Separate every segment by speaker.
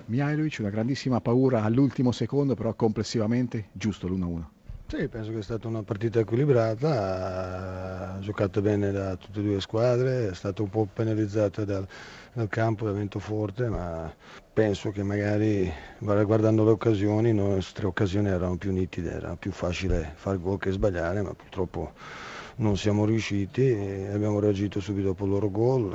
Speaker 1: Mihajlović, una grandissima paura all'ultimo secondo, però complessivamente giusto l'1-1.
Speaker 2: Sì, penso che è stata una partita equilibrata, ha giocato bene da tutte e due le squadre, è stata un po' penalizzata dal campo, da vento forte, ma penso che magari guardando le occasioni, le nostre occasioni erano più nitide, era più facile fare gol che sbagliare, ma purtroppo non siamo riusciti e abbiamo reagito subito dopo il loro gol,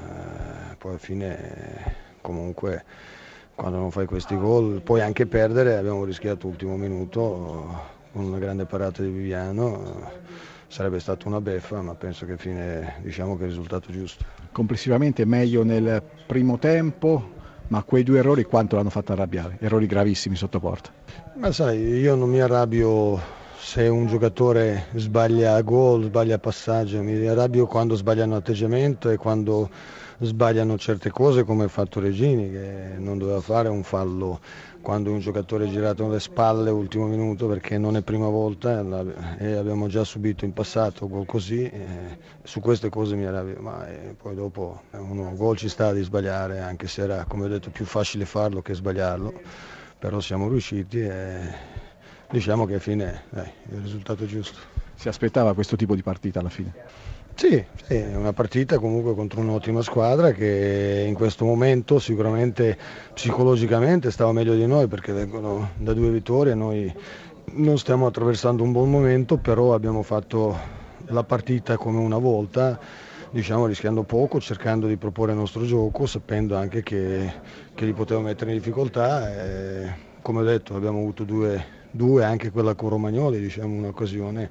Speaker 2: poi alla fine comunque quando non fai questi gol puoi anche perdere, abbiamo rischiato l'ultimo minuto con una grande parata di Viviano, sarebbe stata una beffa, ma penso che diciamo che è il risultato giusto.
Speaker 1: Complessivamente meglio nel primo tempo, ma quei due errori quanto l'hanno fatto arrabbiare? Errori gravissimi sotto porta.
Speaker 2: Ma sai, io non mi arrabbio se un giocatore sbaglia gol, sbaglia passaggio, mi arrabbio quando sbagliano atteggiamento e quando sbagliano certe cose come ha fatto Regini, che non doveva fare un fallo quando un giocatore è girato alle spalle ultimo minuto, perché non è prima volta e abbiamo già subito in passato gol così, su queste cose mi arrabbio, ma poi dopo uno gol ci sta di sbagliare, anche se era, come ho detto, più facile farlo che sbagliarlo, però siamo riusciti e diciamo che alla fine è il risultato giusto.
Speaker 1: Si aspettava questo tipo di partita alla fine?
Speaker 2: Sì, è una partita comunque contro un'ottima squadra che in questo momento sicuramente psicologicamente stava meglio di noi, perché vengono da 2 vittorie, noi non stiamo attraversando un buon momento, però abbiamo fatto la partita come una volta, diciamo rischiando poco, cercando di proporre il nostro gioco, sapendo anche che li potevo mettere in difficoltà. Come ho detto, abbiamo avuto due, anche quella con Romagnoli, diciamo un'occasione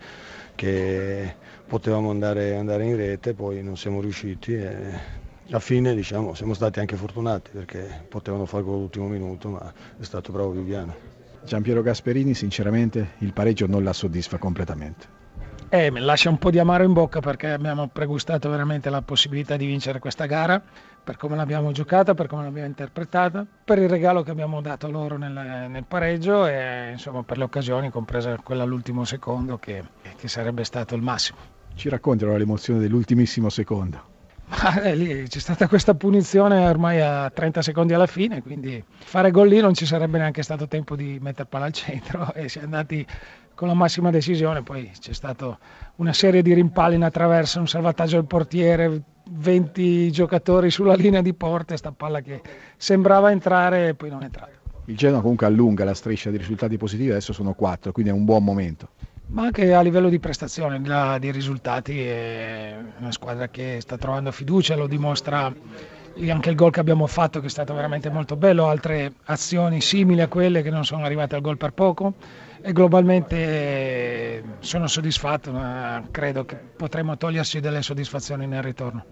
Speaker 2: che potevamo andare in rete, poi non siamo riusciti e alla fine diciamo siamo stati anche fortunati perché potevano fare gol all'ultimo minuto, ma è stato bravo Viviano.
Speaker 1: Giampiero Gasperini sinceramente il pareggio non la soddisfa completamente.
Speaker 3: Mi lascia un po' di amaro in bocca perché abbiamo pregustato veramente la possibilità di vincere questa gara, per come l'abbiamo giocata, per come l'abbiamo interpretata, per il regalo che abbiamo dato loro nel pareggio e insomma per le occasioni, compresa quella all'ultimo secondo che sarebbe stato il massimo.
Speaker 1: Ci racconti allora l'emozione dell'ultimissimo secondo?
Speaker 3: Lì c'è stata questa punizione ormai a 30 secondi alla fine, quindi fare gol lì non ci sarebbe neanche stato tempo di mettere palla al centro e si è andati con la massima decisione. Poi c'è stata una serie di rimpalli in attraverso, un salvataggio del portiere, 20 giocatori sulla linea di porta e sta palla che sembrava entrare e poi non è entrata.
Speaker 1: Il Genoa comunque allunga la striscia di risultati positivi, adesso sono 4, quindi è un buon momento.
Speaker 3: Ma anche a livello di prestazione, di risultati, è una squadra che sta trovando fiducia, lo dimostra anche il gol che abbiamo fatto, che è stato veramente molto bello, altre azioni simili a quelle che non sono arrivate al gol per poco e globalmente sono soddisfatto, ma credo che potremo togliersi delle soddisfazioni nel ritorno.